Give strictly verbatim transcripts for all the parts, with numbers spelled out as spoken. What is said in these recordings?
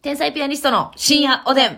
天才ピアニストの深夜おでん。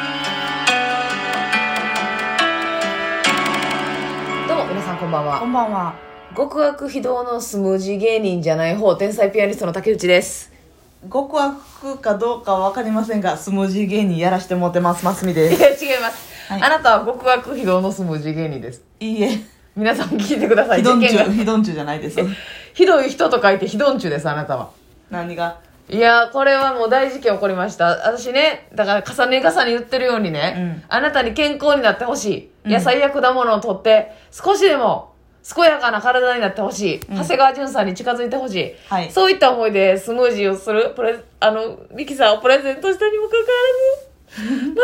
どうも皆さんこんばんは。 こんばんは。 極悪非道のスムージー芸人じゃない方、天才ピアニストの竹内です。 極悪かどうかは分かりませんが、スムージー芸人やらしてもってます。ますみでいす。 や違います、 はい、 あなたは極悪非道のスムージー芸人です。 いいえ、 皆さん聞いてください。 ひどんちゅ事件がうひどんちゅうじゃないです。 ひどい人と書いてひどんちゅうです。あなたは。 何が？ いやこれはもう大事件起こりました。私ね、だから重ね重ね言ってるようにね、うん、あなたに健康になってほしい、野菜や果物をとって少しでも健やかな体になってほしい、うん、長谷川淳さんに近づいてほしい、はい、そういった思いでスムージーをするプレあのミキサーをプレゼントしたにもかかわらずますみちゃんが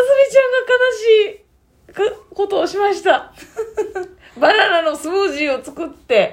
悲しいことをしましたバナナのスムージーを作って、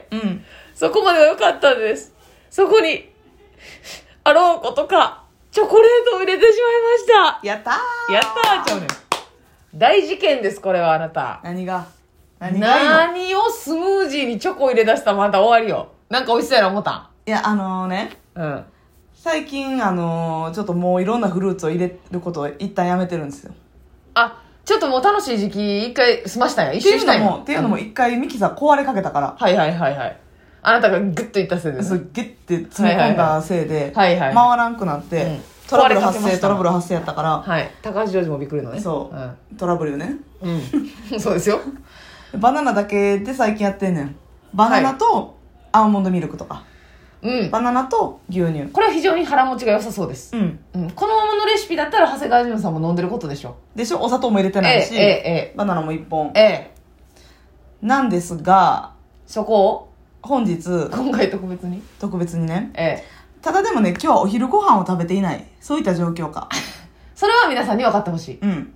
うん、そこまでは良かったんです。そこにあろうことかチョコレートを入れてしまいました。 やったーやったーちゃうねん。大事件です。これはあなた。 何が何がいいの？ 何をスムージーにチョコ入れ出したらまた終わりよ。なんか美味しそうやな思ったん？ いやあのー、ね、うん、最近あのー、ちょっともういろんなフルーツを入れることを一旦やめてるんですよ。 あ、ちょっともう楽しい時期一回済ましたんや。一周したんや。 っていうのも一回ミキサー壊れかけたから、 はいはいはいはい。あなたがグッといったせいで、ね、 そうギュッて詰め込んだせいで回らんくなって、はいはいはい、トラブル発生トラブル発生やったから、 はい、高橋ジョージもびっくりのね。 そう、うん、トラブルよね、 うん、そうですよ。 バナナだけで最近やってんねん。バナナとアーモンドミルクとか、うん、バナナと牛乳。 これは非常に腹持ちが良さそうです、うんうん、このままのレシピだったら長谷川淳さんも飲んでることでしょ。 でしょ。お砂糖も入れてないし、ええええ、バナナもいっぽん、ええ、なんですがそこを本日今回特別に特別にね、ええ、ただでもね今日はお昼ご飯を食べていない、そういった状況かそれは皆さんに分かってほしい。うんうんうん、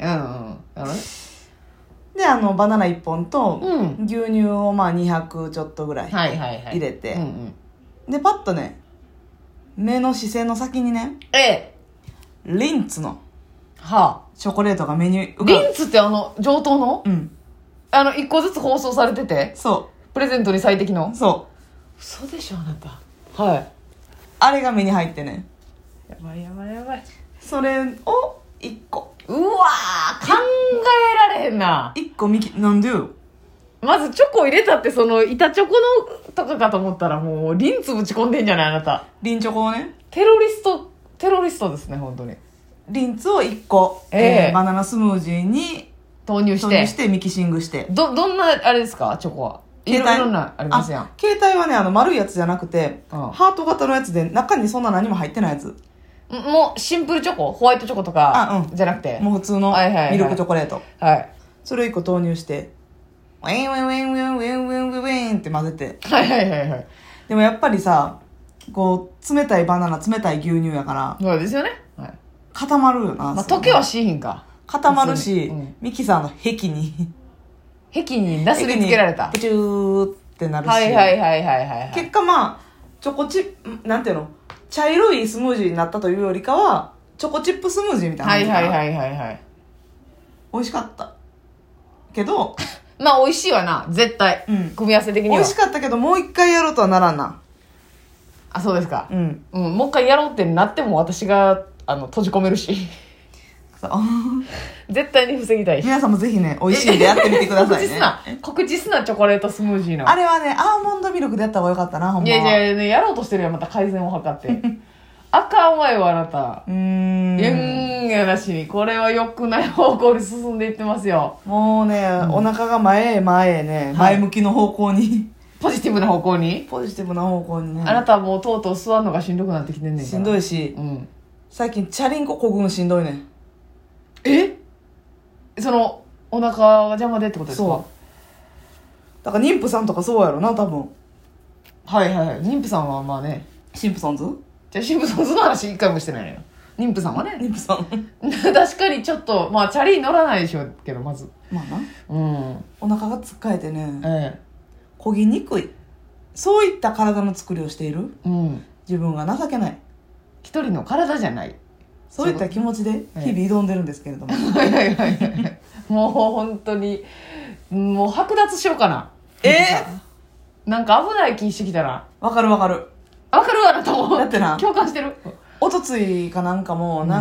であのバナナいっぽんと、うん、牛乳をまあにひゃくちょっとぐらい入れて、でパッとね目の視線の先にね、ええ、リンツのはあチョコレートがメニュー。 リンツってあの上等の、うん、あのいっこずつ包装されてて、そうプレゼントに最適の。そう嘘でしょあなた。はい、 あれが目に入ってね、 やばいやばいやばい。それをいっこ。 うわー考えられへんな。 いっこミキなんでよ。 まずチョコ入れたって、その板チョコのとかかと思ったらもうリンツぶち込んでんじゃないあなた。 リンチョコをね、 テロリストテロリストですね本当に。 リンツをいっこ、えーえー、バナナスムージーに投入して投入してミキシングして。 どどんなあれですかチョコは。いろいろなありますやん。 携帯はねあの丸いやつじゃなくて、うん、ハート型のやつで中にそんな何も入ってないやつ。 もうシンプルチョコ、ホワイトチョコとかじゃなくて、 うん、もう普通のミルクチョコレート、はいはいはい、それをいっこ投入してウェンウェンウェンウェンウェンウェンウェンって混ぜて、はいはいはいはい。でもやっぱりさこう冷たいバナナ冷たい牛乳やからそうですよね、はい、 固まるよな、 まあ、溶けはしひんか。 固まるし、うん、ミキサーの壁に壁になすりつけられたプチューってなるし、 はいはいはいはいはい、はい、 結果まあチョコチップなんていうの茶色いスムージーになったというよりかはチョコチップスムージーみたいな感じかな。はいはいはいはいはい。美味しかったけどまあ美味しいわな絶対、うん、組み合わせ的には美味しかったけどもう一回やろうとはならんな。 あ、そうですか。うん、うん、もう一回やろうってなっても私があの閉じ込めるし絶対に防ぎたいし、 皆さんもぜひね美味しいんでやってみてくださいね。告知すな告知すなチョコレートスムージーのあれはねアーモンドミルクでやった方がよかったなほんまは。 いやいや、ね、やろうとしてるやんまた改善を図ってあかんわよあなた。うーんやんやなしにこれは良くない方向に進んでいってますよ。 もうね、うん、お腹が前へ前へね、はい、前向きの方向にポジティブな方向にポジティブな方向にね。 あなたはもうとうとう座るのがしんどくなってきてんねんから。 しんどいし、うん、最近チャリンコこぐのしんどいねん。 えそのお腹が邪魔でってことですか。そうだから妊婦さんとかそうやろな多分。 はいはいはい。妊婦さんはまあね、 シンプソンズじゃあシンプソンズの話一回もしてないのよ。妊婦さんはね、 妊婦さん確かにちょっとまあチャリに乗らないでしょうけど、まずまあな、うん、お腹がつっかえてね、ええ、漕ぎにくい、そういった体の作りをしている、うん、自分が情けない、 一人の体じゃない、 そういった気持ちで日々挑んでるんですけれども、 はいはいはいはいもう本当にもう剥奪しようかな。えー、なんか危ない気してきたな。 わかるわかるわかるわなと思う。 だってな共感してる。 おとついかなんかも、うん、なん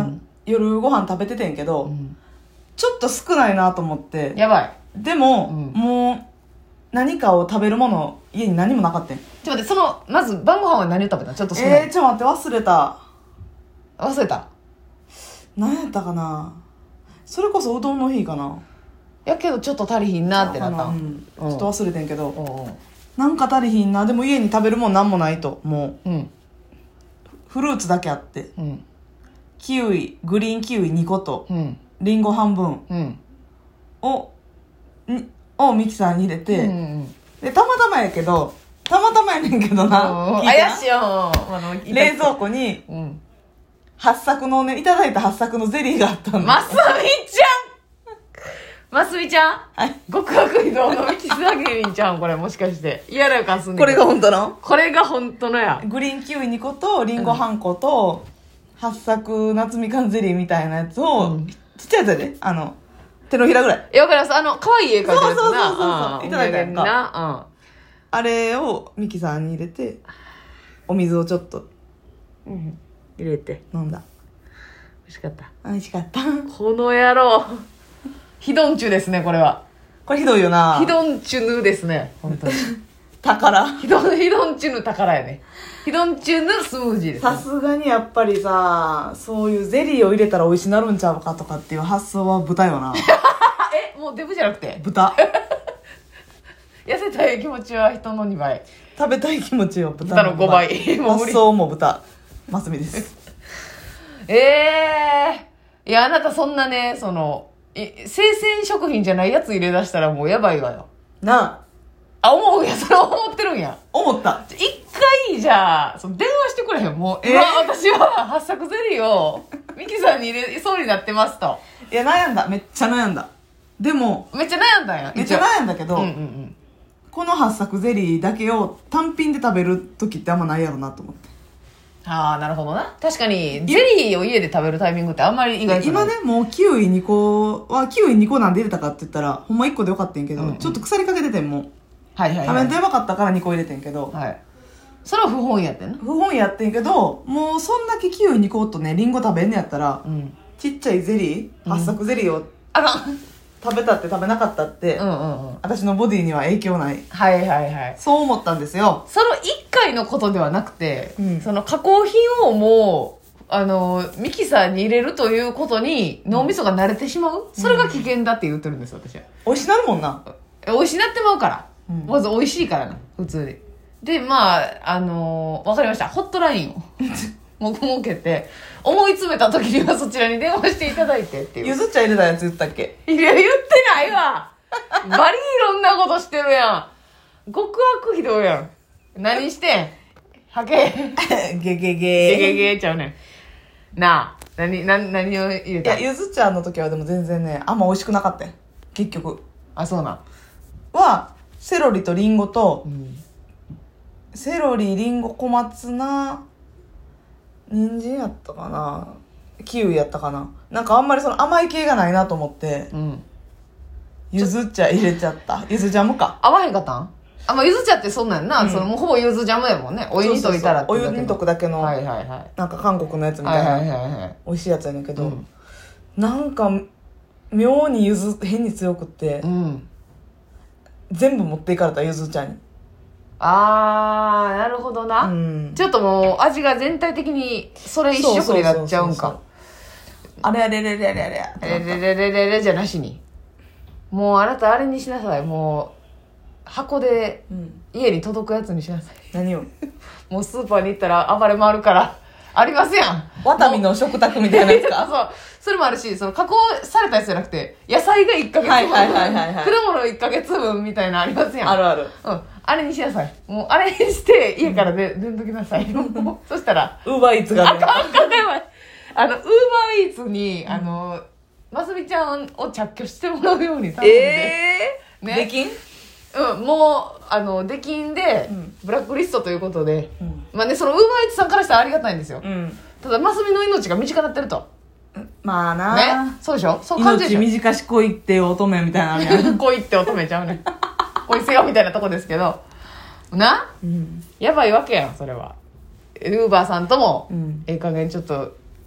夜ご飯食べててんけど、うん、ちょっと少ないなと思って。 やばい。 でも、うん、もう、何かを食べるもの、家に何もなかったん。ちょっと待って、その、まず晩ご飯は何を食べた？ちょっと少ない。 えー、ちょっと待って、忘れた。 忘れた。 何やったかな。それこそうどんの日かな。 やけどちょっと足りひんなってなった。 うん。ちょっと忘れてんけど、うん、なんか足りひんな。でも家に食べるもんなんもないと。もう、うん、フルーツだけあって、うん、キウイ、グリーンキウイにこと、うん、リンゴ半分、うん、を、にをミキサーに入れて、うんうん、でたまたまやけどたまたまやねんけどな、 怪しいよ。 冷蔵庫に、うん、八作のね、いただいた八作のゼリーがあったの。 ますみちゃんますみちゃん、はい、極悪非道のミキサーゲリンちゃん、これもしかして嫌な予感すんねん。 これが本当のこれが本当のや。 グリーンキウイにことリンゴ半個と、うん、八作夏みかんゼリーみたいなやつを、うん、ちっちゃいやつやで、あの手のひらぐらい。 いや、わかります。あの、可愛い絵描いてるやつな。 そうそうそうそう。いただいたやんか。 な。 うん。あれをミキサーに入れて、お水をちょっと、 うん、入れて飲んだ。 美味しかった。 美味しかった。 この野郎。ひどんちゅですね、これは。 これひどいよな。 ひどんちゅぬですね、本当に。 宝。 ひどん、ひどんちゅぬ宝やね。ひどんちゅぬスムージーです、ね。 さすがにやっぱりさ、そういうゼリーを入れたら美味しなるんちゃうかとかっていう発想は豚よな。 え、もうデブじゃなくて豚。 痩せたい気持ちは人のにばい。 食べたい気持ちよ、 豚の。豚のごばい。 もう無理。発想も豚。ますみです。 ええー。いや、あなたそんなね、その、生鮮食品じゃないやつ入れ出したらもうやばいわよ。 なあ。 あ、思うや、それ思ってるんや。 思った。 一回じゃあ、その電話してくれへん。もう、今、えー、私は八作ゼリーをミキさんに入れそうになってますと。 いや、悩んだ。めっちゃ悩んだ。でも、 めっちゃ悩んだんや。 めっちゃ悩んだけど、うんうんうん、この八作ゼリーだけを単品で食べる時ってあんまないやろなと思って。 ああ、なるほどな。確かに、ゼリーを家で食べるタイミングってあんまり意外と今ね、もうキウイにこは、キウイにこなんで入れたかって言ったら、ほんまいっこでよかったんやけど、うんうん、ちょっと腐りかけててんもん。はいはいはい。食べんとやばかったからにこ入れてんけど。はい。 それは不本意やってんな。 不本意やってんけど、もうそんだけキウイにことね、リンゴ食べんねやったら、うん、ちっちゃいゼリー、八作ゼリーを、あかん。食べたって食べなかったって、うんうんうん、私のボディには影響ない。 はいはいはい。 そう思ったんですよ。 その一回のことではなくて、うん、その加工品をもう、あの、ミキサーに入れるということに脳みそが慣れてしまう、うん、それが危険だって言ってるんです、私は。 美味しなるもんな。 美味しなってまうから。うん、まず美味しいからな、普通に。で、まあ、あのー、わかりました。ホットラインを。もくもけて、思い詰めた時にはそちらに電話していただいてっていう。 ゆず茶入れたやつ言ったっけ？ いや、言ってないわ。バリいろんなことしてるやん。極悪ひどいやん。何してん？はけ。 ゲゲゲ。 ゲゲゲちゃうねん。なあ、何、何、何を入れた？ いや、ゆず茶の時はでも全然ね、あんま美味しくなかったよ。結局。 あ、そうなん。 は、セロリとリンゴと、うん、セロリ、リンゴ、小松菜、人参やったかな、キウイやったかな、なんかあんまりその甘い系がないなと思って、うん、ゆず茶入れちゃった。ゆずジャムか。 合わへんかったん？あ、まあ、ゆず茶ってそんなんやな、うん、そのもうほぼゆずジャムやもんね。お湯に溶いたらって。 そうそうそう、お湯に溶くだけの、 はいはいはい、 なんか韓国のやつみたいな、はいはいはいはい、美味しいやつやねんけど、うん、なんか妙にゆず変に強くって、うん、全部持っていかれた、ゆず茶に。 あー、なるほどな、うん、ちょっともう味が全体的にそれ一色になっちゃうんか。 あれあれれれれれれれれれれれれじゃなしに、もうあなたあれにしなさい。もう箱で家に届くやつにしなさい。 何を？ もうスーパーに行ったら暴れ回るからありますやん。 ワタミの食卓みたいなやつか。 そう、それもあるし、その加工されたやつじゃなくて野菜がいっかげつ分、はいはいはいはいはい、果物いっかげつぶんみたいなありますやん。 あるある。 うん、あれにしなさい。もうあれにして家から出、出んときなさい。そしたらウーバーイーツがね、 あかんあかん、やばい。あのウーバーイーツに、うん、あのますみちゃんを着去してもらうように頼んで。 えー、ね、できん？ うん、もうあの出禁で、うん、ブラックリストということで、うん、まあね、そのウーバーイーツさんからしたらありがたいんですよ、うん、ただますみの命が短くなってると。 まあな、 ね、そうでしょ、そう感じでしょ。 命短し恋って乙女みたいなね。恋って乙女ちゃうね。恋せよみたいなとこですけどな、うん、やばいわけやんそれは。ウーバーさんとも、うん、ええ加減ちょっと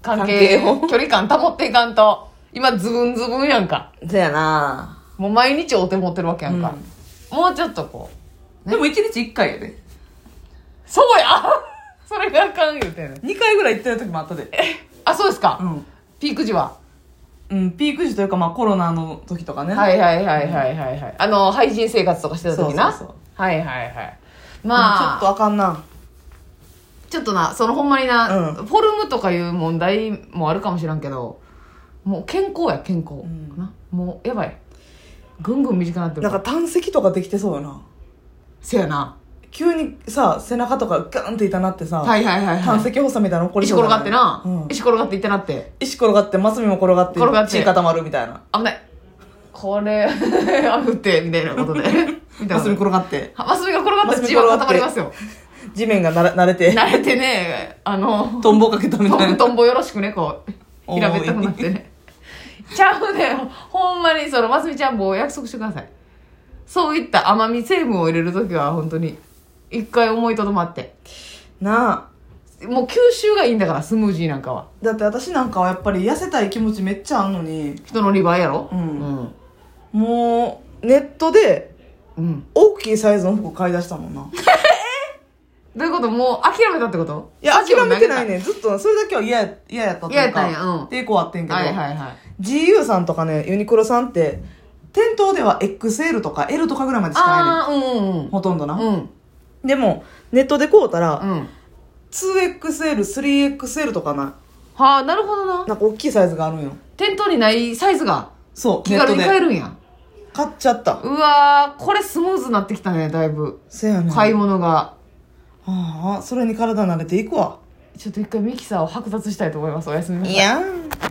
関係を距離感保っていかんと。今ズブンズブンやんか。 そやな。 もう毎日お手持ってるわけやんか、うん、もうちょっとこう、ね、でもいちにちいっかいやで。 そうやそれがあかん言うてんの。 にかいぐらい行ってる時もあったで。 あ、そうですか、 うん、 ピーク時は。 うん、ピーク時というか、まあコロナの時とかね。 はいはいはいはいはい、はい、あの廃人生活とかしてた時な。そうそうそう、はいはいはい。まあちょっとあかんな。 ちょっとな、そのほんまにな、うん、フォルムとかいう問題もあるかもしらんけど、もう健康や健康、うん、な、もうやばい、ぐんぐん短くなってる。 なんか胆石とかできてそうやな。 せやな。 急にさ、背中とかガーンって痛なってさ、 はいはいはい、はい、 胆石発作みたいなの起こりそうだ、ね、石転がってな、 うん、 石転がって痛なって、 石転がってマスミも転がって転がって血固まるみたいな。 危ない、これあぶってみたいなことでマスミ転がってマスミが転がったら血は固まりますよ。 地面がな慣れて慣れてね、あのトンボかけたみたいな、 トンボよろしくね、こう平べったくなってねちゃうね、ほんまにそのますみちゃんも約束してください。そういった甘み成分を入れるときは本当に一回思いとどまってなあ、もう吸収がいいんだから、スムージーなんかは。 だって私なんかはやっぱり痩せたい気持ちめっちゃあんのに、 人のにばいやろ、 うん、うん、もうネットで大きいサイズの服買い出したもんなどういうこと？もう諦めたってこと？ いや、諦めてないね。ずっと、それだけは嫌や、嫌やったというか。嫌やったんや、うん。抵抗あってんけど。 はいはいはい。 ジーユー さんとかね、ユニクロさんって、店頭では エックスエル とか エル とかぐらいまでしかないねん。うんうんうん。ほとんどな。うん。でも、ネットで買うたら、うん、ツーエックスエル、スリーエックスエル とかな。 はあ、なるほどな。 なんか大きいサイズがあるんよ。 店頭にないサイズが。 そう、 気軽に買えるんや。 買っちゃった。 うわー、これスムーズになってきたね、だいぶ。 せやね。 買い物が。 ああ、それに体慣れていくわ。 ちょっと一回ミキサーを剥奪したいと思います。おやすみなさい。 いやん。